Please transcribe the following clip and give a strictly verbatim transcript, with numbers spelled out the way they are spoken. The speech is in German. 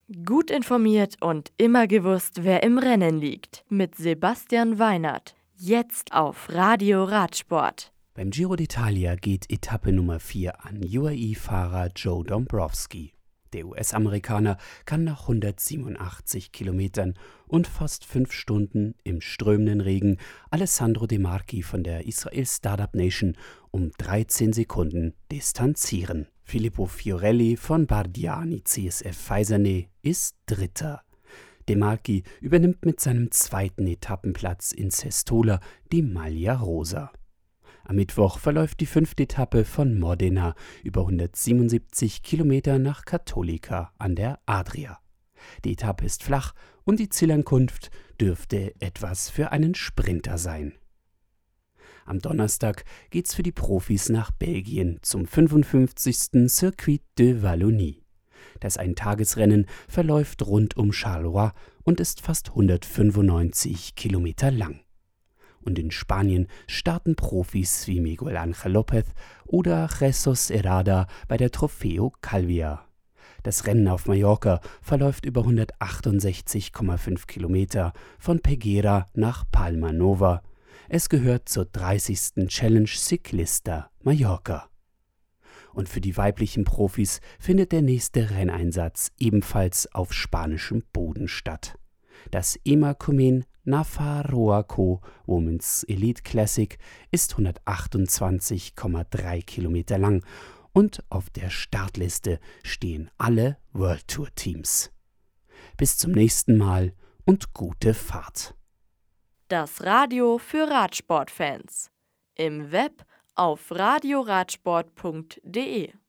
Gut informiert und immer gewusst, wer im Rennen liegt. Mit Sebastian Weinert. Jetzt auf Radio Radsport. Beim Giro d'Italia geht Etappe Nummer vier an U A E-Fahrer Joe Dombrowski. Der U S-Amerikaner kann nach hundertsiebenundachtzig Kilometern und fast fünf Stunden im strömenden Regen Alessandro De Marchi von der Israel Startup Nation um dreizehn Sekunden distanzieren. Filippo Fiorelli von Bardiani C S F Faisane ist Dritter. De Marchi übernimmt mit seinem zweiten Etappenplatz in Sestola die Maglia Rosa. Am Mittwoch verläuft die fünfte Etappe von Modena über hundertsiebenundsiebzig Kilometer nach Cattolica an der Adria. Die Etappe ist flach und die Zielankunft dürfte etwas für einen Sprinter sein. Am Donnerstag geht's für die Profis nach Belgien zum fünfundfünfzigsten Circuit de Wallonie. Das Eintagesrennen verläuft rund um Charleroi und ist fast hundertfünfundneunzig Kilometer lang. Und in Spanien starten Profis wie Miguel Ángel López oder Jesus Herrada bei der Trofeo Calvia. Das Rennen auf Mallorca verläuft über hundertachtundsechzig Komma fünf Kilometer von Peguera nach Palma Nova. Es gehört zur dreißigsten Challenge Ciclista Mallorca. Und für die weiblichen Profis findet der nächste Renneinsatz ebenfalls auf spanischem Boden statt. Das Emakumeen Nafarroaco Women's Elite Classic ist hundertachtundzwanzig Komma drei Kilometer lang und auf der Startliste stehen alle World Tour Teams. Bis zum nächsten Mal und gute Fahrt. Das Radio für Radsportfans. Im Web auf radioradsport punkt de